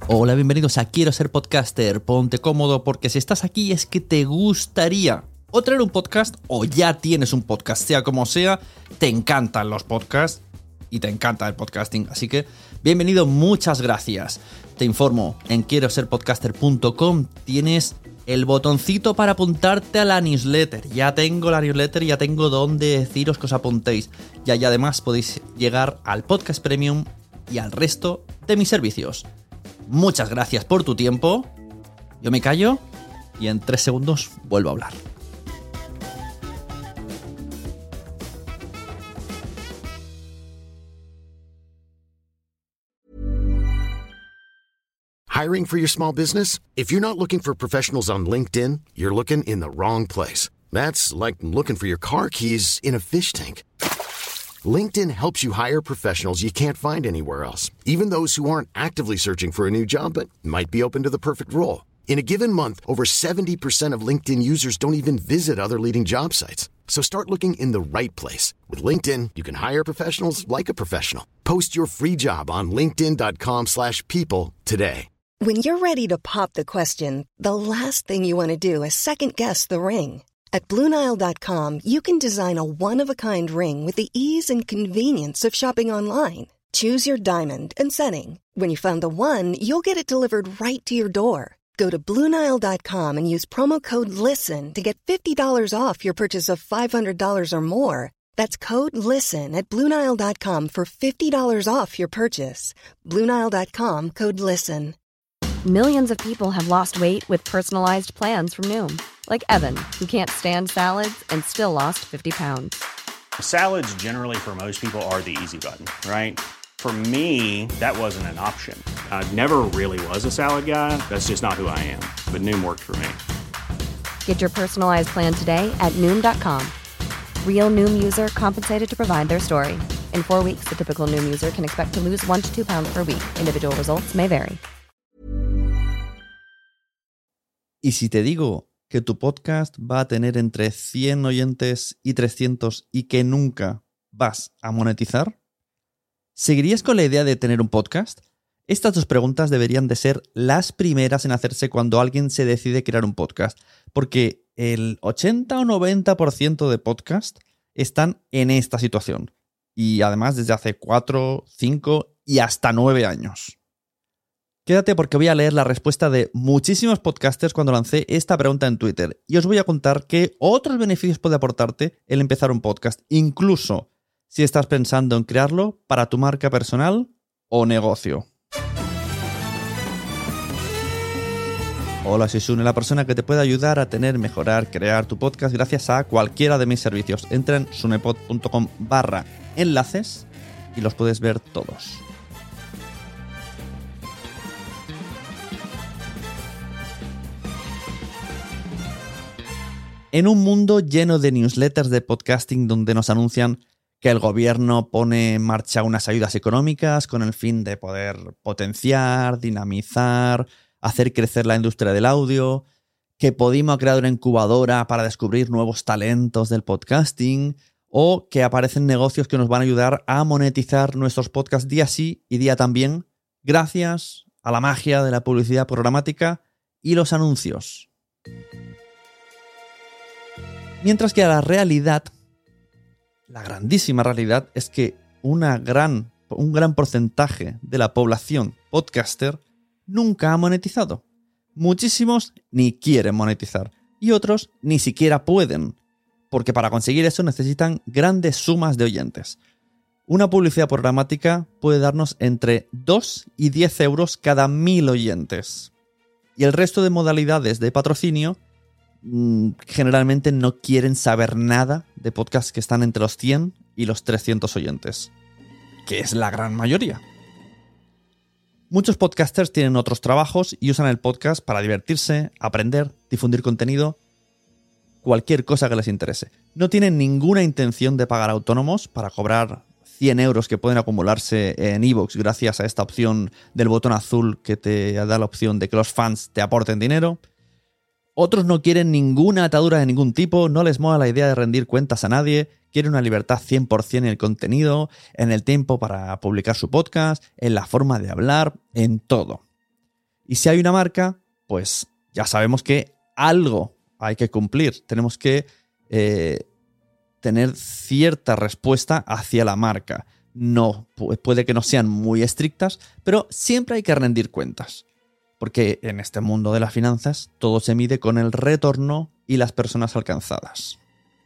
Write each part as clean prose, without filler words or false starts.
Hola, bienvenidos a Quiero Ser Podcaster. Ponte cómodo porque si estás aquí es que te gustaría o tener un podcast o ya tienes un podcast, sea como sea, te encantan los podcasts y te encanta el podcasting. Así que bienvenido, muchas gracias. Te informo, en quiero ser podcaster.com tienes el botoncito para apuntarte a la newsletter. Ya tengo la newsletter, ya tengo donde deciros que os apuntéis. Y además podéis llegar al podcast premium y al resto de mis servicios. Muchas gracias por tu tiempo. Yo me callo y en 3 segundos vuelvo a hablar. Hiring for your small business? If you're not looking for professionals on LinkedIn, you're looking in the wrong place. That's like looking for your car keys in a fish tank. LinkedIn helps you hire professionals you can't find anywhere else, even those who aren't actively searching for a new job but might be open to the perfect role. In a given month, over 70% of LinkedIn users don't even visit other leading job sites. So start looking in the right place. With LinkedIn, you can hire professionals like a professional. Post your free job on linkedin.com/people today. When you're ready to pop the question, the last thing you want to do is second-guess the ring. At BlueNile.com, you can design a one-of-a-kind ring with the ease and convenience of shopping online. Choose your diamond and setting. When you find the one, you'll get it delivered right to your door. Go to BlueNile.com and use promo code LISTEN to get $50 off your purchase of $500 or more. That's code LISTEN at BlueNile.com for $50 off your purchase. BlueNile.com, code LISTEN. Millions of people have lost weight with personalized plans from Noom. Like Evan, who can't stand salads and still lost 50 pounds. Salads generally for most people are the easy button, right? For me, that wasn't an option. I never really was a salad guy. That's just not who I am. But Noom worked for me. Get your personalized plan today at Noom.com. Real Noom user compensated to provide their story. In 4 weeks, the typical Noom user can expect to lose 1 to 2 pounds per week. Individual results may vary. Y si te digo que tu podcast va a tener entre 100 oyentes y 300 y que nunca vas a monetizar, ¿seguirías con la idea de tener un podcast? Estas dos preguntas deberían de ser las primeras en hacerse cuando alguien se decide crear un podcast, porque el 80 o 90% de podcasts están en esta situación, y además desde hace 4, 5 y hasta 9 años. Quédate porque voy a leer la respuesta de muchísimos podcasters cuando lancé esta pregunta en Twitter y os voy a contar qué otros beneficios puede aportarte el empezar un podcast, incluso si estás pensando en crearlo para tu marca personal o negocio. Hola, soy Sune, la persona que te puede ayudar a tener, mejorar, crear tu podcast gracias a cualquiera de mis servicios. Entra en sunepod.com/enlaces y los puedes ver todos. En un mundo lleno de newsletters de podcasting donde nos anuncian que el gobierno pone en marcha unas ayudas económicas con el fin de poder potenciar, dinamizar, hacer crecer la industria del audio, que Podimo ha creado una incubadora para descubrir nuevos talentos del podcasting, o que aparecen negocios que nos van a ayudar a monetizar nuestros podcasts día sí y día también, gracias a la magia de la publicidad programática y los anuncios. Mientras que la realidad, la grandísima realidad, es que un gran porcentaje de la población podcaster nunca ha monetizado. Muchísimos ni quieren monetizar y otros ni siquiera pueden, porque para conseguir eso necesitan grandes sumas de oyentes. Una publicidad programática puede darnos entre 2 y 10 euros cada 1000 oyentes. Y el resto de modalidades de patrocinio generalmente no quieren saber nada de podcasts que están entre los 100 y los 300 oyentes, que es la gran mayoría. Muchos podcasters tienen otros trabajos y usan el podcast para divertirse, aprender, difundir contenido, cualquier cosa que les interese. No tienen ninguna intención de pagar autónomos para cobrar 100 euros que pueden acumularse en iVoox gracias a esta opción del botón azul que te da la opción de que los fans te aporten dinero. Otros no quieren ninguna atadura de ningún tipo, no les mola la idea de rendir cuentas a nadie, quieren una libertad 100% en el contenido, en el tiempo para publicar su podcast, en la forma de hablar, en todo. Y si hay una marca, pues ya sabemos que algo hay que cumplir. Tenemos que tener cierta respuesta hacia la marca. No, puede que no sean muy estrictas, pero siempre hay que rendir cuentas. Porque en este mundo de las finanzas todo se mide con el retorno y las personas alcanzadas.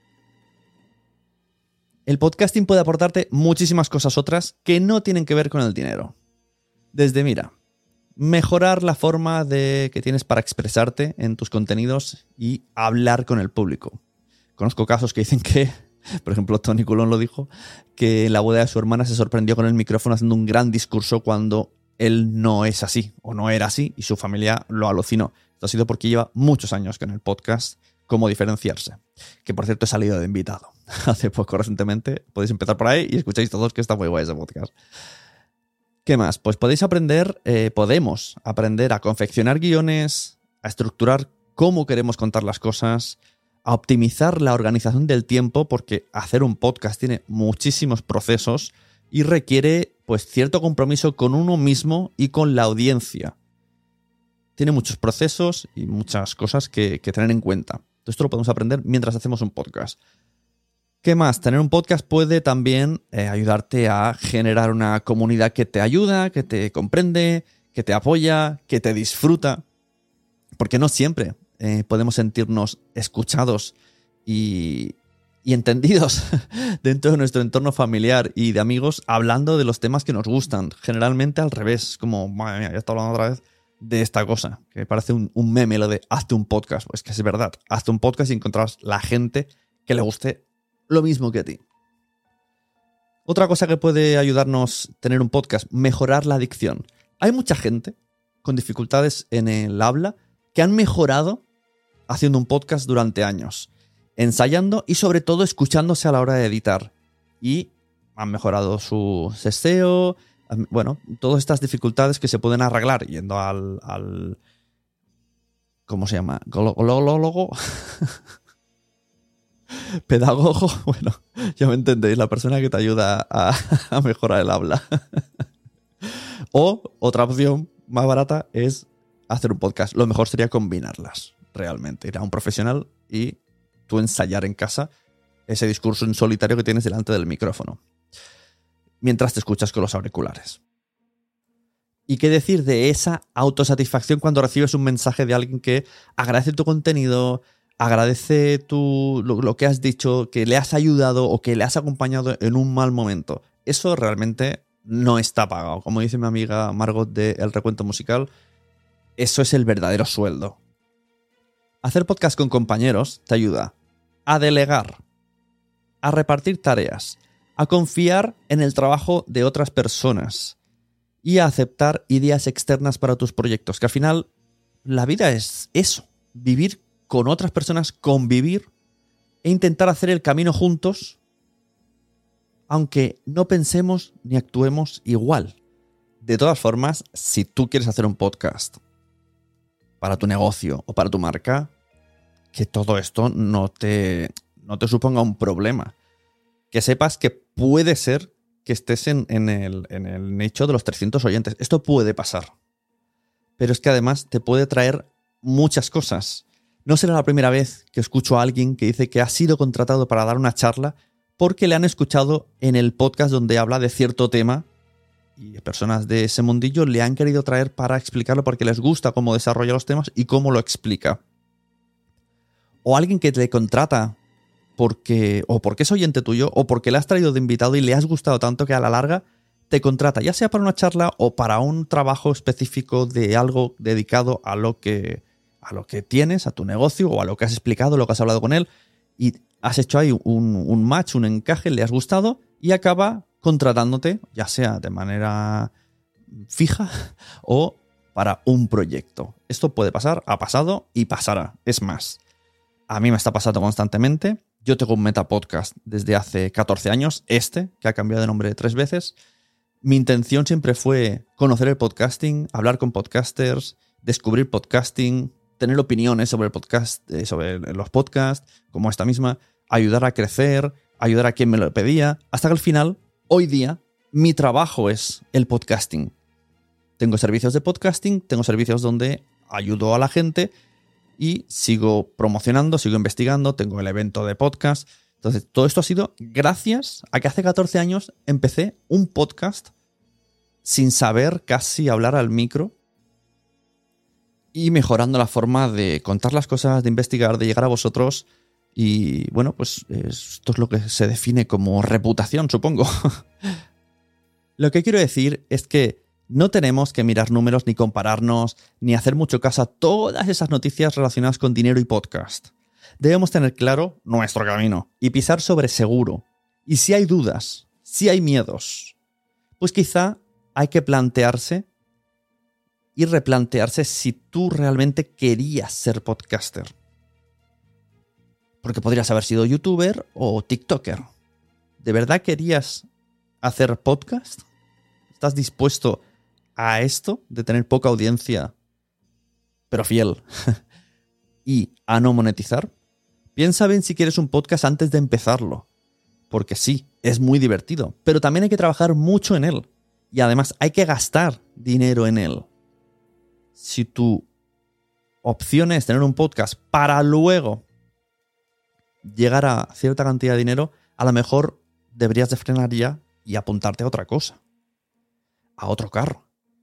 El podcasting puede aportarte muchísimas cosas otras que no tienen que ver con el dinero. Desde, mira, mejorar la forma que tienes para expresarte en tus contenidos y hablar con el público. Conozco casos que dicen que, por ejemplo, Tony Colón lo dijo, que en la boda de su hermana se sorprendió con el micrófono haciendo un gran discurso cuando él no es así o no era así y su familia lo alucinó. Esto ha sido porque lleva muchos años con el podcast Cómo diferenciarse. Que por cierto he salido de invitado hace poco recientemente. Podéis empezar por ahí y escucháis todos que está muy guay ese podcast. ¿Qué más? Pues podemos aprender a confeccionar guiones, a estructurar cómo queremos contar las cosas, a optimizar la organización del tiempo, porque hacer un podcast tiene muchísimos procesos y requiere pues cierto compromiso con uno mismo y con la audiencia. Tiene muchos procesos y muchas cosas que tener en cuenta. Esto lo podemos aprender mientras hacemos un podcast. ¿Qué más? Tener un podcast puede también ayudarte a generar una comunidad que te ayuda, que te comprende, que te apoya, que te disfruta. Porque no siempre podemos sentirnos escuchados y entendidos dentro de nuestro entorno familiar y de amigos hablando de los temas que nos gustan. Generalmente al revés, como, madre mía, ya estoy hablando otra vez de esta cosa, que parece un meme lo de hazte un podcast. Pues que es verdad, hazte un podcast y encontrarás la gente que le guste lo mismo que a ti. Otra cosa que puede ayudarnos tener un podcast, mejorar la dicción. Hay mucha gente con dificultades en el habla que han mejorado haciendo un podcast durante años, ensayando y sobre todo escuchándose a la hora de editar. Y han mejorado su SEO, bueno, todas estas dificultades que se pueden arreglar yendo al ¿cómo se llama? ¿Golólogo? Pedagogo, bueno, ya me entendéis, la persona que te ayuda a mejorar el habla. O otra opción más barata es hacer un podcast. Lo mejor sería combinarlas, realmente. Ir a un profesional y tú ensayar en casa ese discurso en solitario que tienes delante del micrófono, mientras te escuchas con los auriculares. ¿Y qué decir de esa autosatisfacción cuando recibes un mensaje de alguien que agradece tu contenido, agradece lo que has dicho, que le has ayudado o que le has acompañado en un mal momento? Eso realmente no está pagado. Como dice mi amiga Margot de El Recuento Musical, eso es el verdadero sueldo. Hacer podcast con compañeros te ayuda a delegar, a repartir tareas, a confiar en el trabajo de otras personas y a aceptar ideas externas para tus proyectos. Que al final la vida es eso, vivir con otras personas, convivir e intentar hacer el camino juntos, aunque no pensemos ni actuemos igual. De todas formas, si tú quieres hacer un podcast para tu negocio o para tu marca, que todo esto no te suponga un problema. Que sepas que puede ser que estés en el nicho de los 300 oyentes. Esto puede pasar. Pero es que además te puede traer muchas cosas. No será la primera vez que escucho a alguien que dice que ha sido contratado para dar una charla porque le han escuchado en el podcast donde habla de cierto tema y personas de ese mundillo le han querido traer para explicarlo porque les gusta cómo desarrolla los temas y cómo lo explica. O alguien que te contrata porque es oyente tuyo o porque le has traído de invitado y le has gustado tanto que a la larga te contrata, ya sea para una charla o para un trabajo específico de algo dedicado a lo que tienes, a tu negocio o a lo que has explicado, lo que has hablado con él, y has hecho ahí un match, un encaje, le has gustado y acaba contratándote, ya sea de manera fija o para un proyecto. Esto puede pasar, ha pasado y pasará. Es más, a mí me está pasando constantemente. Yo tengo un metapodcast desde hace 14 años, que ha cambiado de nombre 3 veces. Mi intención siempre fue conocer el podcasting, hablar con podcasters, descubrir podcasting, tener opiniones sobre el podcast, sobre los podcasts, como esta misma, ayudar a crecer, ayudar a quien me lo pedía, hasta que al final, hoy día, mi trabajo es el podcasting. tengo servicios de podcasting, tengo servicios donde ayudo a la gente y sigo promocionando, sigo investigando, tengo el evento de podcast. Entonces, todo esto ha sido gracias a que hace 14 años empecé un podcast sin saber casi hablar al micro y mejorando la forma de contar las cosas, de investigar, de llegar a vosotros. Y bueno, pues esto es lo que se define como reputación, supongo. Lo que quiero decir es que no tenemos que mirar números ni compararnos ni hacer mucho caso a todas esas noticias relacionadas con dinero y podcast. Debemos tener claro nuestro camino y pisar sobre seguro. Y si hay dudas, si hay miedos, pues quizá hay que plantearse y replantearse si tú realmente querías ser podcaster. Porque podrías haber sido youtuber o tiktoker. ¿De verdad querías hacer podcast? ¿Estás dispuesto a esto de tener poca audiencia, pero fiel, y a no monetizar? Piensa bien si quieres un podcast antes de empezarlo. Porque sí, es muy divertido, pero también hay que trabajar mucho en él. Y además hay que gastar dinero en él. Si tu opción es tener un podcast para luego llegar a cierta cantidad de dinero, a lo mejor deberías de frenar ya y apuntarte a otra cosa. A otro carro.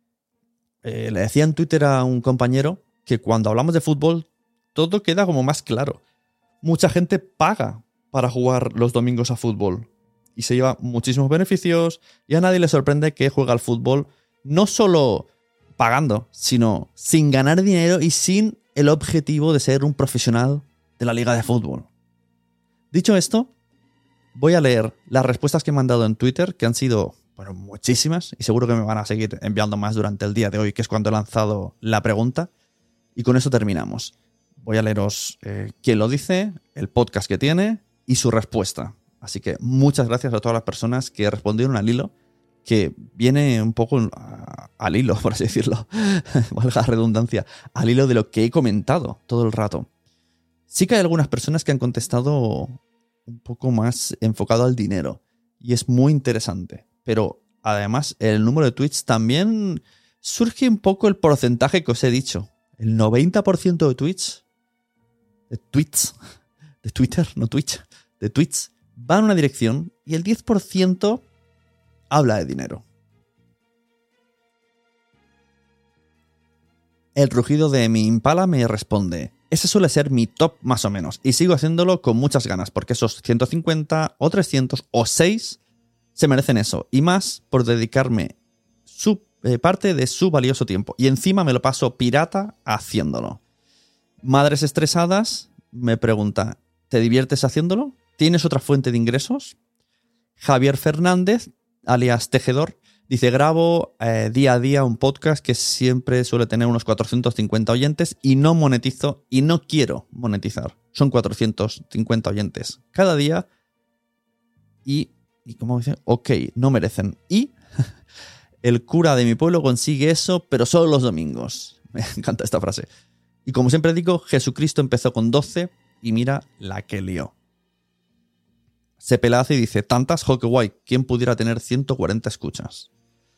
Le decía en Twitter a un compañero que cuando hablamos de fútbol todo queda como más claro. Mucha gente paga para jugar los domingos a fútbol y se lleva muchísimos beneficios y a nadie le sorprende que juega al fútbol no solo pagando, sino sin ganar dinero y sin el objetivo de ser un profesional de la liga de fútbol. Dicho esto, voy a leer las respuestas que me han dado en Twitter, que han sido muchísimas, y seguro que me van a seguir enviando más durante el día de hoy, que es cuando he lanzado la pregunta, y con eso terminamos. Voy a leeros quién lo dice, el podcast que tiene y su respuesta. Así que muchas gracias a todas las personas que respondieron al hilo, que viene un poco al hilo, por así decirlo, valga la redundancia, al hilo de lo que he comentado todo el rato. Sí que hay algunas personas que han contestado un poco más enfocado al dinero, y es muy interesante. Pero además el número de tweets también surge un poco el porcentaje que os he dicho. El 90% de tweets, de Twitter, no Twitch, de tweets, va en una dirección y el 10% habla de dinero. El rugido de mi Impala me responde: ese suele ser mi top más o menos, y sigo haciéndolo con muchas ganas, porque esos 150 o 300 o 6 se merecen eso, y más por dedicarme parte de su valioso tiempo. Y encima me lo paso pirata haciéndolo. Madres estresadas me pregunta: ¿te diviertes haciéndolo? ¿Tienes otra fuente de ingresos? Javier Fernández, alias Tejedor, dice: grabo día a día un podcast que siempre suele tener unos 450 oyentes y no monetizo y no quiero monetizar. Son 450 oyentes cada día y como dice, ok, no merecen. Y el cura de mi pueblo consigue eso, pero solo los domingos. Me encanta esta frase. Y como siempre digo, Jesucristo empezó con 12 y mira la que lió. Se pelaza y dice: tantas, jo, qué guay, ¿quién pudiera tener 140 escuchas?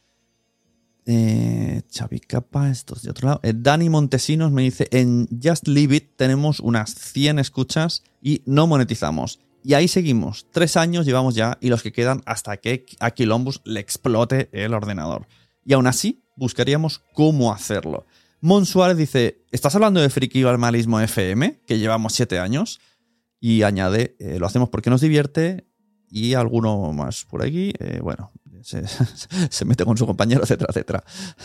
Xavi Capa, estos de otro lado. Dani Montesinos me dice: en Just Leave It tenemos unas 100 escuchas y no monetizamos. Y ahí seguimos. 3 años llevamos ya y los que quedan hasta que a Quilombus le explote el ordenador. Y aún así buscaríamos cómo hacerlo. Mon Suárez dice: ¿estás hablando de Friki Balmalismo FM? Que llevamos 7 años. Y añade: lo hacemos porque nos divierte. Y alguno más por aquí. Bueno, se mete con su compañero, etcétera, etcétera.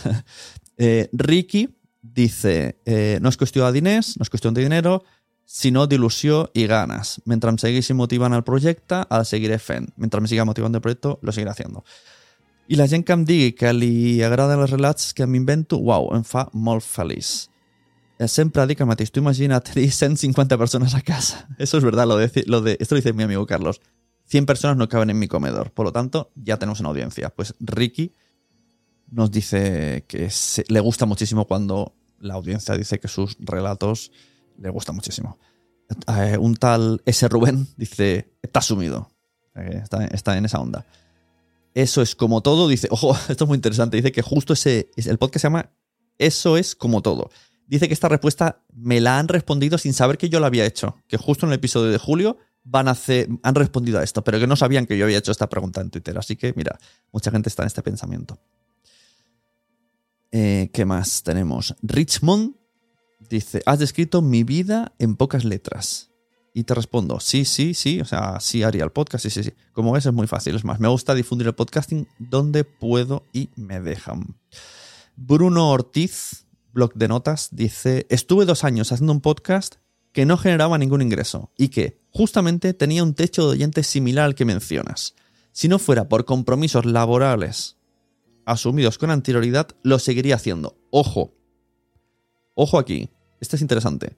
Ricky dice: no es cuestión de diners, no es cuestión de dinero, sinó d'il·lusió i ganes. Mentre em segueixi motivant el projecte, el seguiré fent. Mentre me siga motivando el proyecto, lo seguiré haciendo. I la gent que em digui que li agraden els relats que m'invento, uau, em fa molt feliç. Sempre dic el mateix. Tú imagina't tenir 150 personas a casa. Eso es verdad, esto lo dice mi amigo Carlos. 100 personas no caben en mi comedor. Por lo tanto, ya tenemos una audiencia. Pues Ricky nos dice que le gusta muchísimo cuando la audiencia dice que sus relatos le gustan muchísimo. Un tal S. Rubén dice: está sumido. Está en esa onda. Eso es como todo. Dice, ojo, esto es muy interesante. Dice que justo el podcast se llama Eso es como todo. Dice que esta respuesta me la han respondido sin saber que yo la había hecho. Que justo en el episodio de julio han respondido a esto, pero que no sabían que yo había hecho esta pregunta en Twitter. Así que, mira, mucha gente está en este pensamiento. ¿Qué más tenemos? Richmond dice, has descrito mi vida en pocas letras. Y te respondo, sí. O sea, sí haría el podcast, sí. Como ves, es muy fácil. Es más, me gusta difundir el podcasting donde puedo y me dejan. Bruno Ortiz, blog de notas, dice, estuve 2 años haciendo un podcast que no generaba ningún ingreso y que justamente tenía un techo de oyentes similar al que mencionas. Si no fuera por compromisos laborales asumidos con anterioridad, lo seguiría haciendo. Ojo aquí, esto es interesante.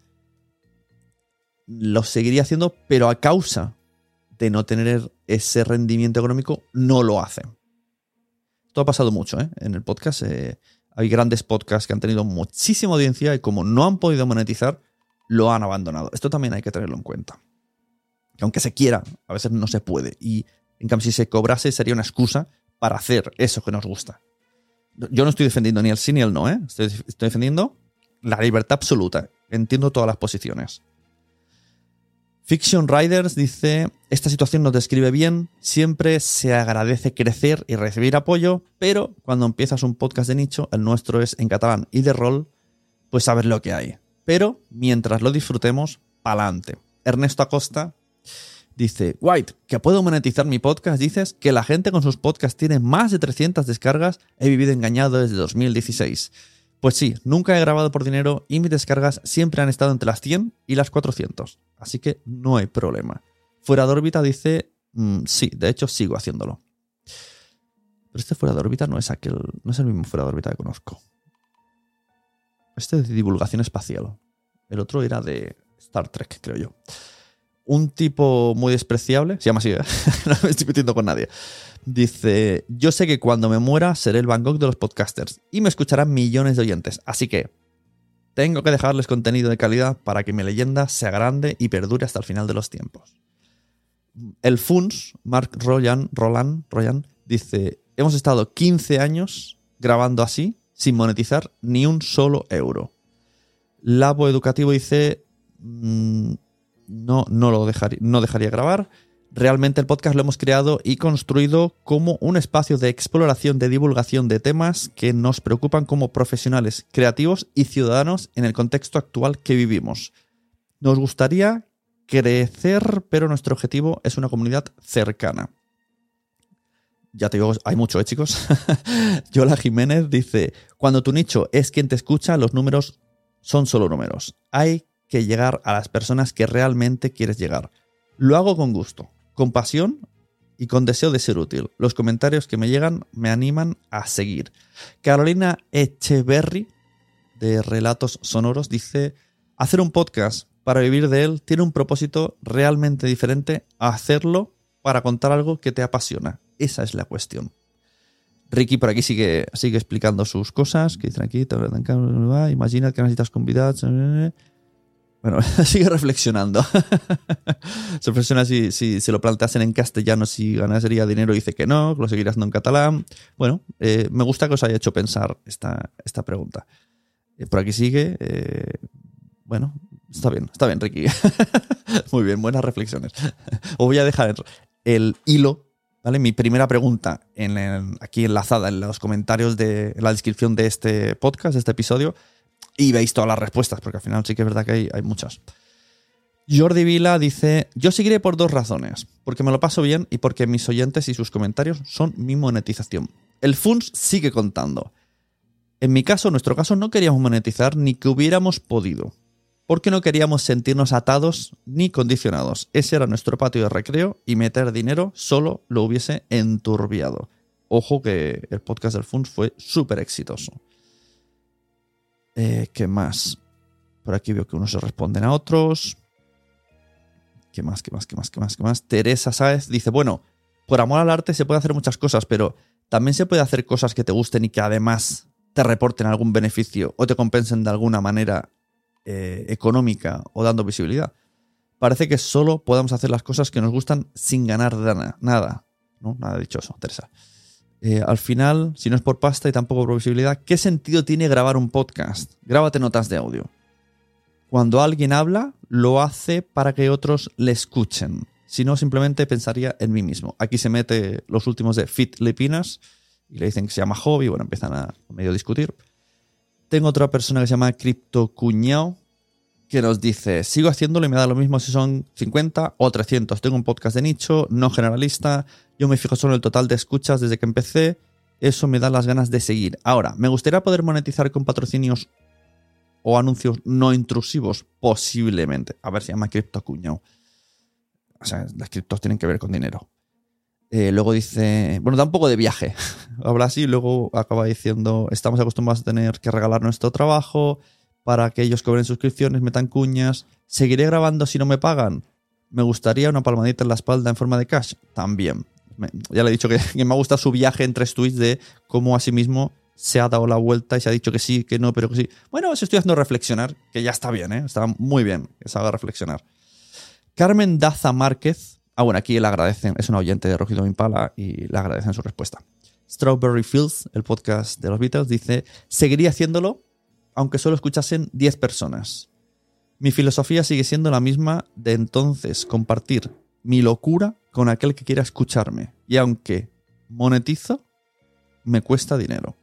Lo seguiría haciendo, pero a causa de no tener ese rendimiento económico, no lo hace. Esto ha pasado mucho, en el podcast. Hay grandes podcasts que han tenido muchísima audiencia y como no han podido monetizar, lo han abandonado. Esto también hay que tenerlo en cuenta. Que aunque se quiera, a veces no se puede. Y en cambio, si se cobrase, sería una excusa para hacer eso que nos gusta. Yo no estoy defendiendo ni el sí ni el no, Estoy defendiendo la libertad absoluta. Entiendo todas las posiciones. Fiction Riders dice, esta situación nos describe bien, siempre se agradece crecer y recibir apoyo, pero cuando empiezas un podcast de nicho, el nuestro es en catalán y de rol, pues sabes lo que hay. Pero mientras lo disfrutemos, pa'lante. Ernesto Acosta dice, White, que puedo monetizar mi podcast, dices que la gente con sus podcasts tiene más de 300 descargas, he vivido engañado desde 2016. Pues sí, nunca he grabado por dinero y mis descargas siempre han estado entre las 100 y las 400. Así que no hay problema. Fuera de órbita dice, sí, de hecho sigo haciéndolo. Pero este fuera de órbita no es el mismo fuera de órbita que conozco. Este es de divulgación espacial. El otro era de Star Trek, creo yo. Un tipo muy despreciable, se llama así, no me estoy metiendo con nadie. Dice, yo sé que cuando me muera seré el Van Gogh de los podcasters y me escucharán millones de oyentes, así que tengo que dejarles contenido de calidad para que mi leyenda sea grande y perdure hasta el final de los tiempos. El Funs, Mark Royan, dice, hemos estado 15 años grabando así, sin monetizar ni un solo euro. Labo Educativo dice, no dejaría grabar. Realmente el podcast lo hemos creado y construido como un espacio de exploración, de divulgación de temas que nos preocupan como profesionales, creativos y ciudadanos en el contexto actual que vivimos. Nos gustaría crecer, pero nuestro objetivo es una comunidad cercana. Ya te digo, hay mucho, chicos. Yola Jiménez dice, cuando tu nicho es quien te escucha, los números son solo números. Hay que llegar a las personas que realmente quieres llegar. Lo hago con gusto, con pasión y con deseo de ser útil. Los comentarios que me llegan me animan a seguir. Carolina Echeverry, de Relatos Sonoros, dice, hacer un podcast para vivir de él tiene un propósito realmente diferente a hacerlo para contar algo que te apasiona. Esa es la cuestión. Ricky por aquí sigue explicando sus cosas. Que dicen aquí, imagina que necesitas convidados. Bueno, sigue reflexionando. Se reflexiona si se lo planteasen en castellano, si ganaría dinero, dice que no, que lo seguiría haciendo en catalán. Bueno, me gusta que os haya hecho pensar esta pregunta. Por aquí sigue. Bueno, está bien, Ricky. Muy bien, buenas reflexiones. Os voy a dejar el hilo, ¿vale? Mi primera pregunta aquí enlazada en los comentarios en la descripción de este podcast, de este episodio. Y veis todas las respuestas, porque al final sí que es verdad que hay muchas. Jordi Vila dice, yo seguiré por 2 razones. Porque me lo paso bien y porque mis oyentes y sus comentarios son mi monetización. El Funs sigue contando. En nuestro caso, no queríamos monetizar ni que hubiéramos podido. Porque no queríamos sentirnos atados ni condicionados. Ese era nuestro patio de recreo y meter dinero solo lo hubiese enturbiado. Ojo que el podcast del Funs fue súper exitoso. ¿Qué más? Por aquí veo que unos se responden a otros. ¿Qué más? Teresa Sáez dice, bueno, por amor al arte se puede hacer muchas cosas, pero también se puede hacer cosas que te gusten y que además te reporten algún beneficio o te compensen de alguna manera económica o dando visibilidad. Parece que solo podamos hacer las cosas que nos gustan sin ganar nada. No, nada dichoso, Teresa. Al final, si no es por pasta y tampoco por visibilidad, ¿qué sentido tiene grabar un podcast? Grábate notas de audio. Cuando alguien habla, lo hace para que otros le escuchen. Si no, simplemente pensaría en mí mismo. Aquí se mete los últimos de Filipinas y le dicen que se llama hobby. Bueno, empiezan a medio discutir. Tengo otra persona que se llama CryptoCuñao que nos dice: sigo haciéndolo y me da lo mismo si son 50 o 300. Tengo un podcast de nicho, no generalista. Yo me fijo solo en el total de escuchas desde que empecé. Eso me da las ganas de seguir. Ahora, ¿me gustaría poder monetizar con patrocinios o anuncios no intrusivos? Posiblemente. A ver, se llama CryptoCuñao. O sea, las criptos tienen que ver con dinero. Luego dice... Bueno, da un poco de viaje. Habla así y luego acaba diciendo: estamos acostumbrados a tener que regalar nuestro trabajo para que ellos cobren suscripciones, metan cuñas. ¿Seguiré grabando si no me pagan? Me gustaría una palmadita en la espalda en forma de cash. También. Ya le he dicho que me ha gustado su viaje en 3 tweets de cómo a sí mismo se ha dado la vuelta y se ha dicho que sí, que no, pero que sí. Bueno, os estoy haciendo reflexionar, que ya está bien, ¿eh? Está muy bien que se haga reflexionar. Carmen Daza Márquez. Bueno, aquí le agradecen, es una oyente de Rugido Impala y le agradecen su respuesta. Strawberry Fields, el podcast de los Beatles, dice: seguiría haciéndolo aunque solo escuchasen 10 personas. Mi filosofía sigue siendo la misma de entonces: compartir mi locura con aquel que quiera escucharme. Y aunque monetizo, me cuesta dinero.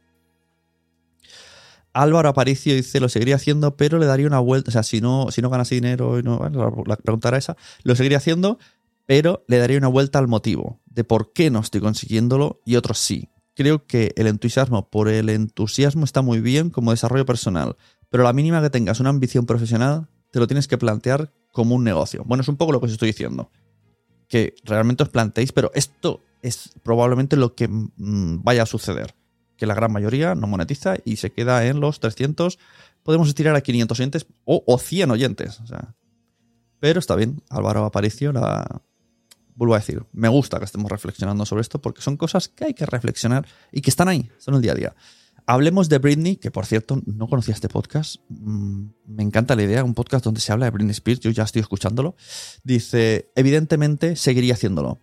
Álvaro Aparicio dice: lo seguiría haciendo, pero le daría una vuelta. O sea, si no ganase dinero, y no, bueno, la pregunta era esa. Lo seguiría haciendo, pero le daría una vuelta al motivo de por qué no estoy consiguiéndolo y otros sí. Creo que el entusiasmo por el entusiasmo está muy bien como desarrollo personal, pero a la mínima que tengas una ambición profesional, te lo tienes que plantear como un negocio. Bueno, es un poco lo que os estoy diciendo. Que realmente os planteéis, pero esto es probablemente lo que vaya a suceder. Que la gran mayoría no monetiza y se queda en los 300. Podemos estirar a 500 oyentes o 100 oyentes. O sea, pero está bien. Álvaro Aparicio, vuelvo a decir, me gusta que estemos reflexionando sobre esto porque son cosas que hay que reflexionar y que están ahí, son el día a día. Hablemos de Britney, que por cierto no conocía este podcast. Me encanta la idea, un podcast donde se habla de Britney Spears, yo ya estoy escuchándolo. Dice: evidentemente seguiría haciéndolo.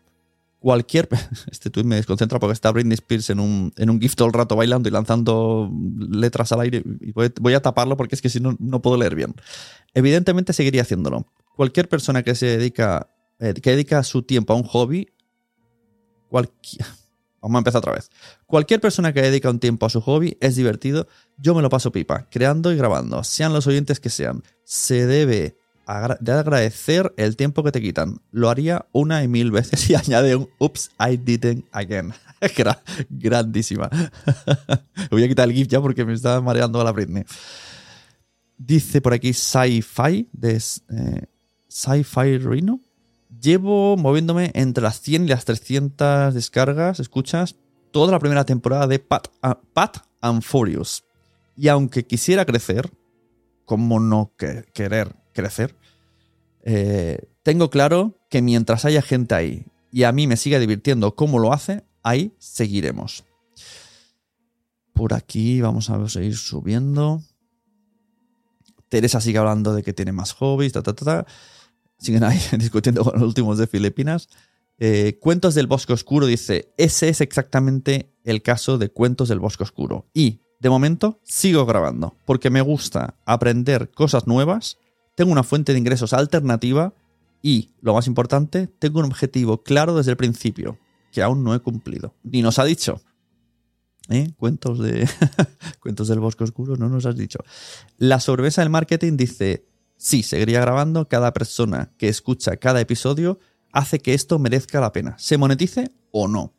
Este tuit me desconcentra porque está Britney Spears en un GIF todo el rato bailando y lanzando letras al aire y voy a taparlo porque es que si no, no puedo leer bien. Evidentemente seguiría haciéndolo. Cualquier persona que dedica su tiempo a un hobby, vamos a empezar otra vez. Cualquier persona que dedica un tiempo a su hobby es divertido. Yo me lo paso pipa, creando y grabando, sean los oyentes que sean. Se debe de agradecer el tiempo que te quitan. Lo haría 1 y 1000 veces y añade un "Oops, I didn't again". Grandísima. Voy a quitar el GIF ya porque me está mareando a la Britney. Dice por aquí Sci-Fi de Sci-Fi Rhino. Llevo moviéndome entre las 100 y las 300 descargas, escuchas, toda la primera temporada de Pat and Furious. Y aunque quisiera crecer, ¿cómo no querer crecer? Tengo claro que mientras haya gente ahí y a mí me siga divirtiendo como lo hace, ahí seguiremos. Por aquí vamos a seguir subiendo. Teresa sigue hablando de que tiene más hobbies, Siguen ahí discutiendo con los últimos de Filipinas. Cuentos del Bosque Oscuro dice: ese es exactamente el caso de Cuentos del Bosque Oscuro. Y, de momento, sigo grabando porque me gusta aprender cosas nuevas, tengo una fuente de ingresos alternativa y, lo más importante, tengo un objetivo claro desde el principio, que aún no he cumplido. Ni nos ha dicho. Cuentos del Bosque Oscuro, no nos has dicho. La sobremesa del marketing dice: sí, seguiría grabando. Cada persona que escucha cada episodio hace que esto merezca la pena, se monetice o no.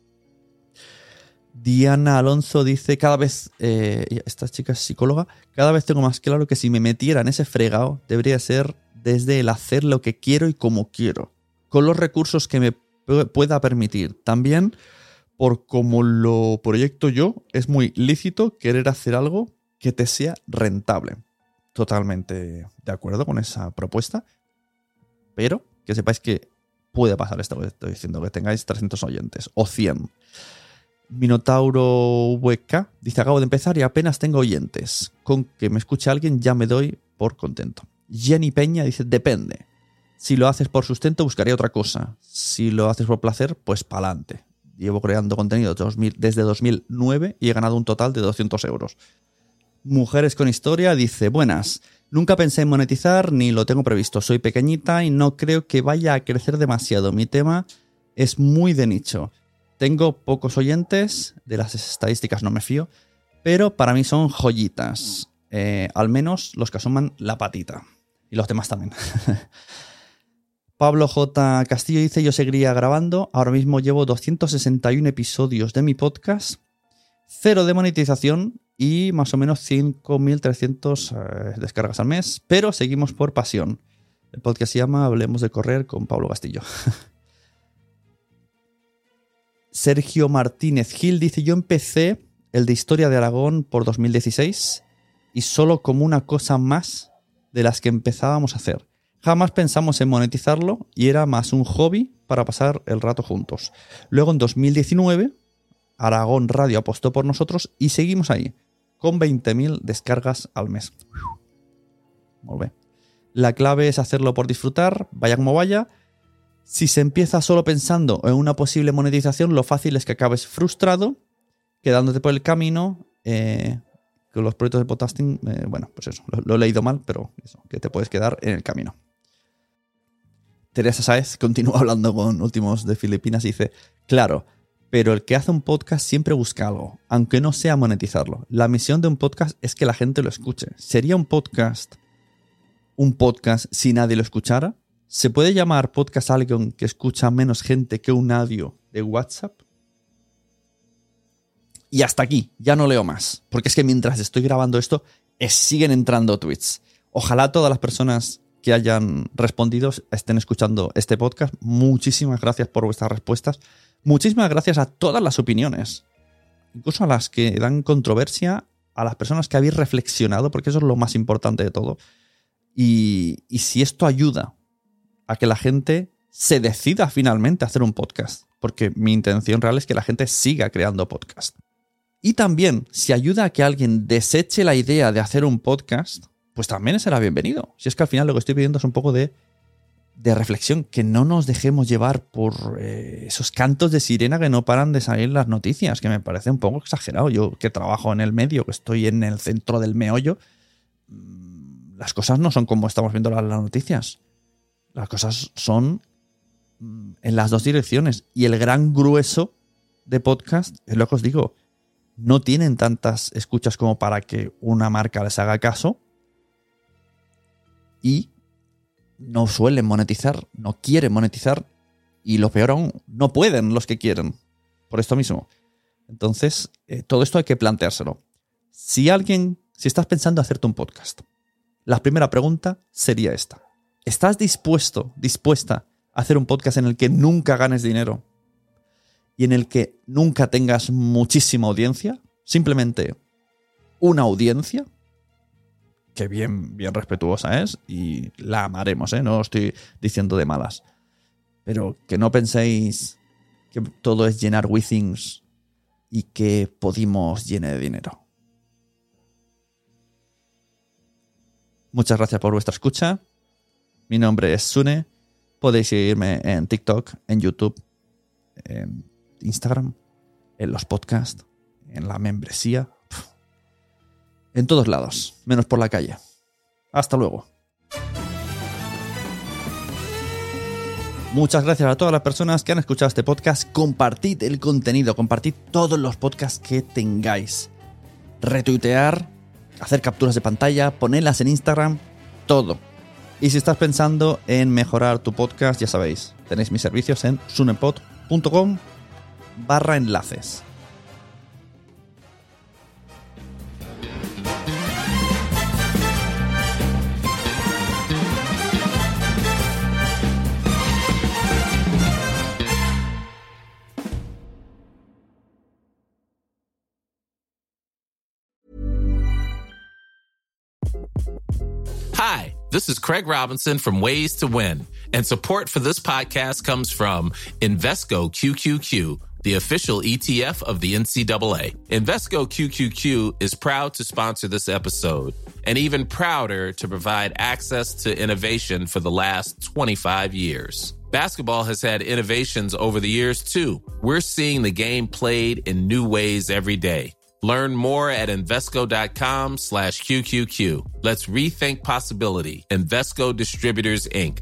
Diana Alonso dice: cada vez, esta chica es psicóloga, cada vez tengo más claro que si me metiera en ese fregado, debería ser desde el hacer lo que quiero y como quiero, con los recursos que me pueda permitir. También, por como lo proyecto yo, es muy lícito querer hacer algo que te sea rentable. Totalmente de acuerdo con esa propuesta, pero que sepáis que puede pasar esto que estoy diciendo, que tengáis 300 oyentes o 100. Minotauro VK dice: acabo de empezar y apenas tengo oyentes. Con que me escuche alguien ya me doy por contento. Jenny Peña dice: depende. Si lo haces por sustento, buscaría otra cosa. Si lo haces por placer, pues pa'lante. Llevo creando contenido desde 2009 y he ganado un total de 200 euros. Mujeres con Historia dice: buenas, nunca pensé en monetizar ni lo tengo previsto. Soy pequeñita y no creo que vaya a crecer demasiado. Mi tema es muy de nicho. Tengo pocos oyentes, de las estadísticas no me fío, pero para mí son joyitas. Al menos los que asoman la patita. Y los demás también. Pablo J. Castillo dice: yo seguiría grabando. Ahora mismo llevo 261 episodios de mi podcast, 0 de monetización y más o menos 5.300 descargas al mes, pero seguimos por pasión. El podcast se llama Hablemos de Correr con Pablo Castillo. Sergio Martínez Gil dice: yo empecé el de Historia de Aragón por 2016 y solo como una cosa más de las que empezábamos a hacer. Jamás pensamos en monetizarlo y era más un hobby para pasar el rato juntos. Luego en 2019 Aragón Radio apostó por nosotros y seguimos ahí, con 20.000 descargas al mes. Muy bien. La clave es hacerlo por disfrutar, vaya como vaya. Si se empieza solo pensando en una posible monetización, lo fácil es que acabes frustrado, quedándote por el camino. Con los proyectos de podcasting, bueno, pues eso, lo he leído mal, pero eso, que te puedes quedar en el camino. Teresa Sáez continúa hablando con Últimos de Filipinas y dice: claro, pero el que hace un podcast siempre busca algo, aunque no sea monetizarlo. La misión de un podcast es que la gente lo escuche. ¿Sería un podcast si nadie lo escuchara? ¿Se puede llamar podcast a alguien que escucha menos gente que un audio de WhatsApp? Y hasta aquí, ya no leo más, porque es que mientras estoy grabando esto, siguen entrando tweets. Ojalá todas las personas que hayan respondido estén escuchando este podcast. Muchísimas gracias por vuestras respuestas. Muchísimas gracias a todas las opiniones, incluso a las que dan controversia, a las personas que habéis reflexionado, porque eso es lo más importante de todo. Y si esto ayuda a que la gente se decida finalmente a hacer un podcast, porque mi intención real es que la gente siga creando podcast. Y también, si ayuda a que alguien deseche la idea de hacer un podcast, pues también será bienvenido. Si es que al final lo que estoy pidiendo es un poco de reflexión, que no nos dejemos llevar por esos cantos de sirena que no paran de salir en las noticias, que me parece un poco exagerado. Yo que trabajo en el medio, que estoy en el centro del meollo, las cosas no son como estamos viendo las noticias. Las cosas son en las dos direcciones. Y el gran grueso de podcast, es lo que os digo, no tienen tantas escuchas como para que una marca les haga caso y no suelen monetizar, no quieren monetizar y lo peor aún, no pueden los que quieren por esto mismo. Entonces, todo esto hay que planteárselo. Si estás pensando en hacerte un podcast, la primera pregunta sería esta: ¿estás dispuesta a hacer un podcast en el que nunca ganes dinero y en el que nunca tengas muchísima audiencia? Simplemente una audiencia que bien respetuosa es y la amaremos, no estoy diciendo de malas, pero que no penséis que todo es llenar Withings y que Podimos llene de dinero. Muchas gracias por vuestra escucha. Mi nombre es Sune. Podéis seguirme en TikTok, en YouTube, en Instagram, en los podcasts, en la membresía, en todos lados, menos por la calle. Hasta luego. Muchas gracias a todas las personas que han escuchado este podcast. Compartid el contenido, compartid todos los podcasts que tengáis. Retuitear, hacer capturas de pantalla, ponerlas en Instagram, todo. Y si estás pensando en mejorar tu podcast, ya sabéis, tenéis mis servicios en sunepod.com/enlaces. Hi, this is Craig Robinson from Ways to Win, and support for this podcast comes from Invesco QQQ, the official ETF of the NCAA. Invesco QQQ is proud to sponsor this episode, and even prouder to provide access to innovation for the last 25 years. Basketball has had innovations over the years, too. We're seeing the game played in new ways every day. Learn more at Invesco.com/QQQ. Let's rethink possibility. Invesco Distributors, Inc.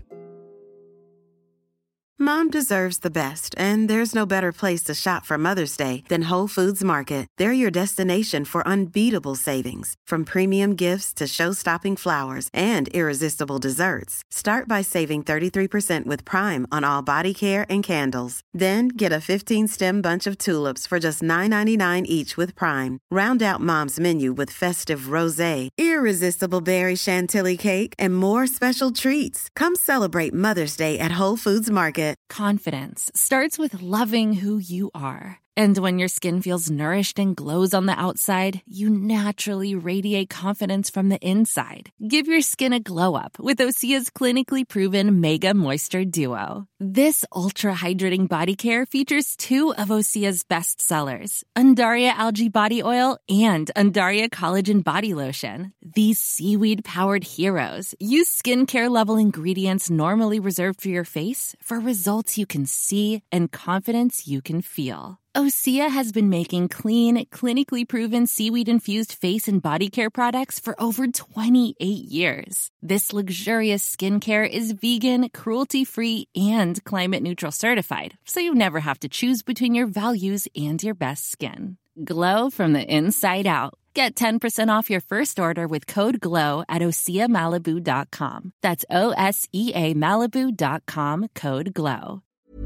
Mom deserves the best, and there's no better place to shop for Mother's Day than Whole Foods Market. They're your destination for unbeatable savings, from premium gifts to show-stopping flowers and irresistible desserts. Start by saving 33% with Prime on all body care and candles. Then get a 15-stem bunch of tulips for just $9.99 each with Prime. Round out Mom's menu with festive rosé, irresistible berry chantilly cake, and more special treats. Come celebrate Mother's Day at Whole Foods Market. Confidence starts with loving who you are. And when your skin feels nourished and glows on the outside, you naturally radiate confidence from the inside. Give your skin a glow up with Osea's clinically proven Mega Moisture Duo. This ultra-hydrating body care features 2 of Osea's best sellers, Undaria Algae Body Oil and Undaria Collagen Body Lotion. These seaweed-powered heroes use skincare-level ingredients normally reserved for your face for results you can see and confidence you can feel. Osea has been making clean, clinically proven seaweed-infused face and body care products for over 28 years. This luxurious skincare is vegan, cruelty-free, and climate-neutral certified, so you never have to choose between your values and your best skin. Glow from the inside out. Get 10% off your first order with code GLOW at OseaMalibu.com. That's OSEA Malibu.com, code GLOW.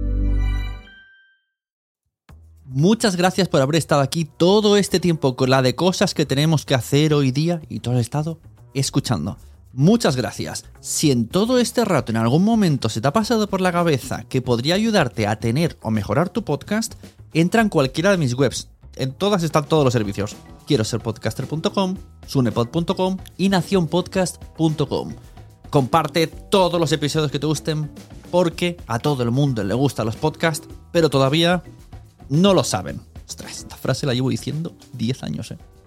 Muchas gracias por haber estado aquí todo este tiempo con la de cosas que tenemos que hacer hoy día y todo el estado escuchando. Muchas gracias. Si en todo este rato en algún momento se te ha pasado por la cabeza que podría ayudarte a tener o mejorar tu podcast, entra en cualquiera de mis webs. En todas están todos los servicios. Quiero ser podcaster.com, sunepod.com y nacionpodcast.com. Comparte todos los episodios que te gusten porque a todo el mundo le gustan los podcasts, pero todavía no lo saben. Ostras, esta frase la llevo diciendo 10 años,